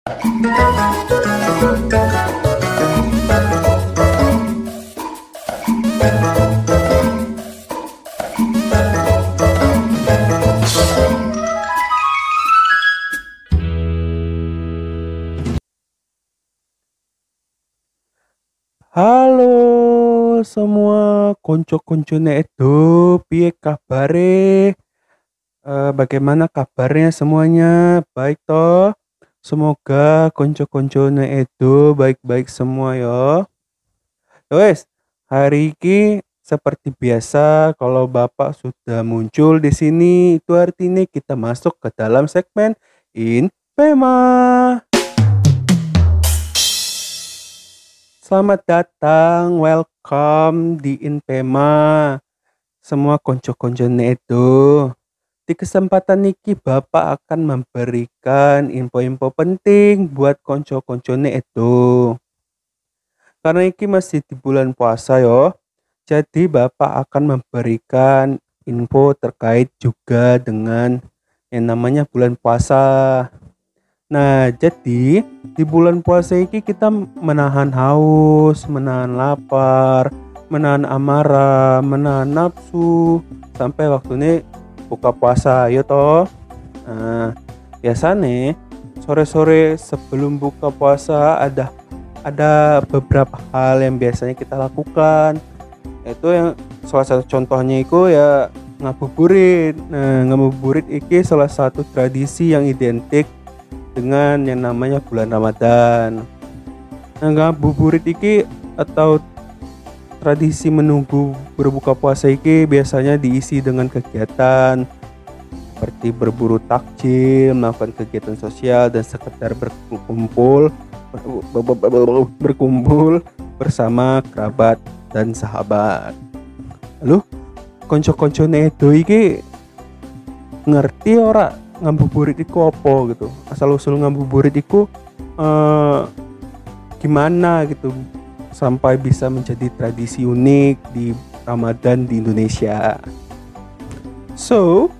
Halo semua konco-koncone Edo, piye kabare? Bagaimana kabarnya semuanya? Baik toh? Semoga konco-koncone Edo baik-baik semua yo. Wes, hari ini seperti biasa kalau Bapak sudah muncul di sini itu artinya kita masuk ke dalam segmen Infema. Selamat datang, welcome di Infema. Semua konco-koncone Edo. Di kesempatan niki Bapak akan memberikan info-info penting buat konco-koncone Edo. Karena iki masih di bulan puasa yo. Jadi Bapak akan memberikan info terkait juga dengan yang namanya bulan puasa. Nah, jadi di bulan puasa ini kita menahan haus, menahan lapar, menahan amarah, menahan nafsu sampai waktunya buka puasa, yo toh. Nah, biasanya sore-sore sebelum buka puasa ada beberapa hal yang biasanya kita lakukan. Itu yang salah satu contohnya itu ya ngabuburit. Nah, ngabuburit ini salah satu tradisi yang identik dengan yang namanya bulan Ramadan. Nah, ngabuburit iki atau tradisi menunggu berbuka puasa iki biasanya diisi dengan kegiatan seperti berburu takjil, melakukan kegiatan sosial dan sekedar berkumpul bersama kerabat dan sahabat. Lalu konco-koncone Edo iki ngerti ora ngabuburit iku apa gitu, asal usul ngabuburit iku gimana gitu sampai bisa menjadi tradisi unik di Ramadan di Indonesia. So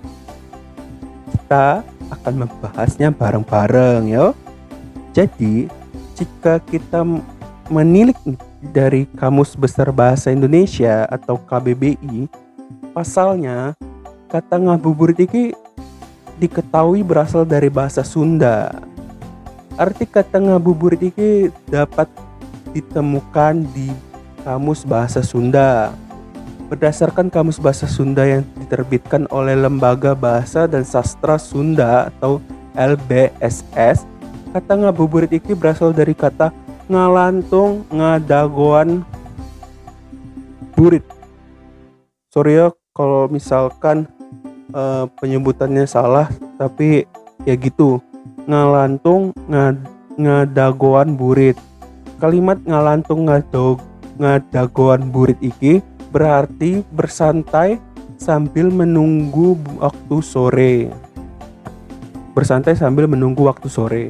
kita akan membahasnya bareng-bareng yo. Jadi jika kita menilik dari Kamus Besar Bahasa Indonesia atau KBBI, pasalnya kata ngabuburit ini diketahui berasal dari bahasa Sunda. Arti kata ngabuburit ini dapat ditemukan di Kamus Bahasa Sunda. Berdasarkan Kamus Bahasa Sunda yang diterbitkan oleh Lembaga Bahasa dan Sastra Sunda atau LBSS, kata ngabuburit ini berasal dari kata ngalantung ngadagoan burit. Sorry ya kalau misalkan penyebutannya salah, tapi ya gitu, ngalantung ngadagoan burit. Kalimat ngalantung ngadagoan burit iki berarti bersantai sambil menunggu waktu sore. Bersantai sambil menunggu waktu sore.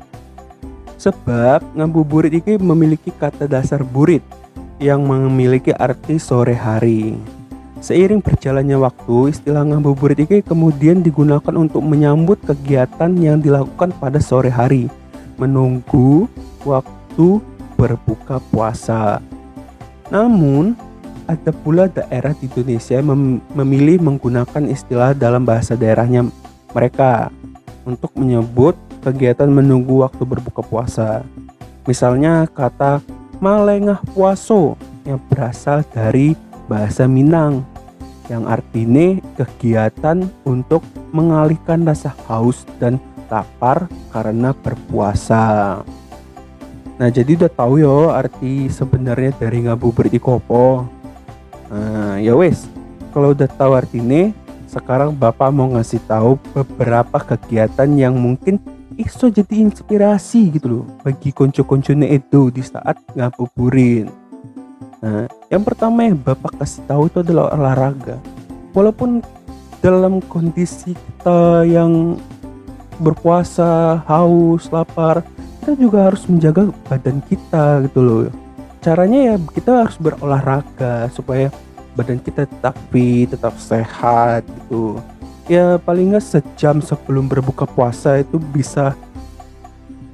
Sebab ngabuburit iki memiliki kata dasar burit yang memiliki arti sore hari. Seiring berjalannya waktu, istilah ngabuburit ini kemudian digunakan untuk menyambut kegiatan yang dilakukan pada sore hari, menunggu waktu berbuka puasa. Namun, ada pula daerah di Indonesia yang memilih menggunakan istilah dalam bahasa daerahnya mereka untuk menyebut kegiatan menunggu waktu berbuka puasa. Misalnya kata malengah puaso yang berasal dari bahasa Minang, yang artinya kegiatan untuk mengalihkan rasa haus dan lapar karena berpuasa. Nah, jadi udah tahu yo arti sebenarnya dari ngabuburit iku apa. Nah, ya wes, kalau udah tahu artinya, sekarang Bapak mau ngasih tahu beberapa kegiatan yang mungkin iso jadi inspirasi gitu loh bagi konco-koncone Edo di saat ngabuburit. Nah, yang pertama yang Bapak kasih tahu itu adalah olahraga. Walaupun dalam kondisi kita yang berpuasa, haus, lapar, kita juga harus menjaga badan kita gitu loh. Caranya ya kita harus berolahraga supaya badan kita tetap fit, tetap sehat gitu. Ya paling nggak sejam sebelum berbuka puasa itu bisa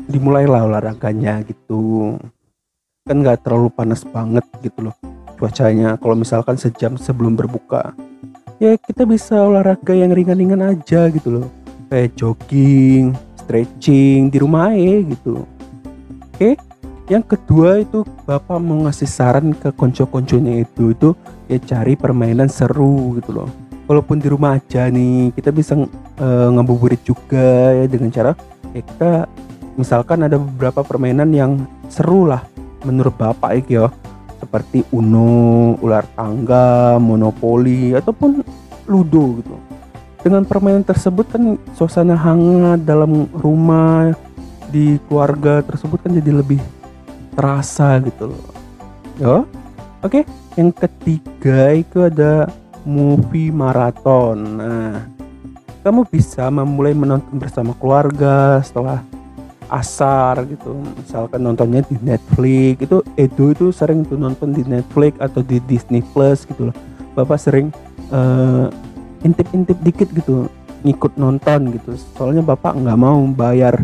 dimulailah olahraganya gitu. Kan nggak terlalu panas banget gitu loh cuacanya. Kalau misalkan sejam sebelum berbuka, ya kita bisa olahraga yang ringan-ringan aja gitu loh, kayak jogging, stretching di rumah aja gitu. Oke, yang kedua itu bapak mau ngasih saran ke konco-konconya itu ya cari permainan seru gitu loh. Walaupun di rumah aja nih, kita bisa ngabuburit juga ya dengan cara ya kita misalkan ada beberapa permainan yang seru lah menurut bapak ya, seperti Uno, ular tangga, Monopoli, ataupun Ludo gitu. Dengan permainan tersebut kan suasana hangat dalam rumah di keluarga tersebut kan jadi lebih terasa gitu loh. Ya, oke. Yang ketiga itu ada movie marathon. Nah, kamu bisa memulai menonton bersama keluarga setelah asar gitu. Misalkan nontonnya di Netflix, itu Edo itu sering tuh nonton di Netflix atau di Disney Plus gitu loh. Bapak sering intip-intip dikit gitu, ngikut nonton gitu. Soalnya bapak nggak mau bayar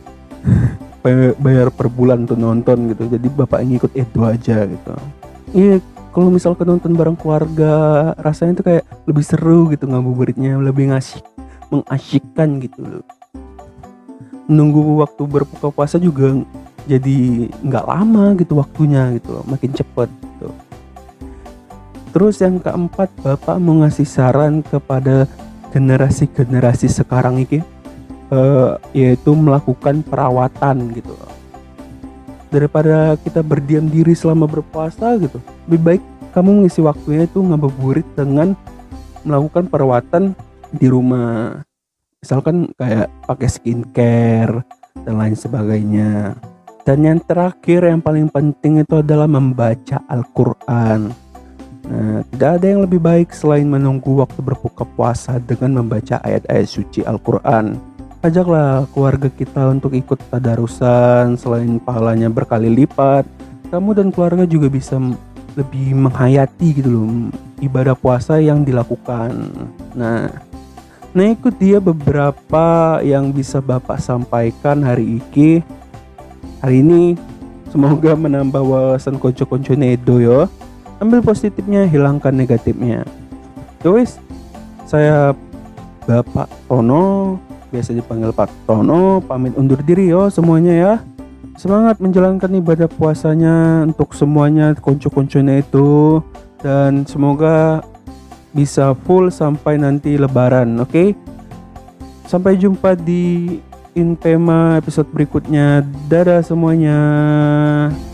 per bulan tuh nonton gitu. Jadi bapak ngikut Edo aja gitu. Iya, kalau misalkan nonton bareng keluarga, rasanya tuh kayak lebih seru gitu ngabuburitnya, lebih mengasyikkan gitu loh. Nunggu waktu berbuka puasa juga jadi nggak lama gitu waktunya gitu loh, makin cepet gitu. Terus yang keempat, bapak mau ngasih saran kepada generasi sekarang ini, yaitu melakukan perawatan gitu loh. Daripada kita berdiam diri selama berpuasa gitu, lebih baik kamu ngisi waktunya itu ngabuburit dengan melakukan perawatan di rumah. Misalkan kayak pakai skincare dan lain sebagainya. Dan yang terakhir yang paling penting itu adalah membaca Al-Quran. Nah, tidak ada yang lebih baik selain menunggu waktu berbuka puasa dengan membaca ayat-ayat suci Al-Quran. Ajaklah keluarga kita untuk ikut tadarusan. Selain pahalanya berkali lipat, kamu dan keluarga juga bisa lebih menghayati gitu loh ibadah puasa yang dilakukan. Nah, ikut dia beberapa yang bisa bapak sampaikan hari ini. Semoga menambah wawasan konco-konco Edo yo. Ambil positifnya, hilangkan negatifnya. Guys, saya Bapak Tono, biasa dipanggil Pak Tono, pamit undur diri yo semuanya ya. Semangat menjalankan ibadah puasanya untuk semuanya konco-konco itu, dan semoga bisa full sampai nanti lebaran. Oke? Sampai jumpa di Intema episode berikutnya. Dadah semuanya.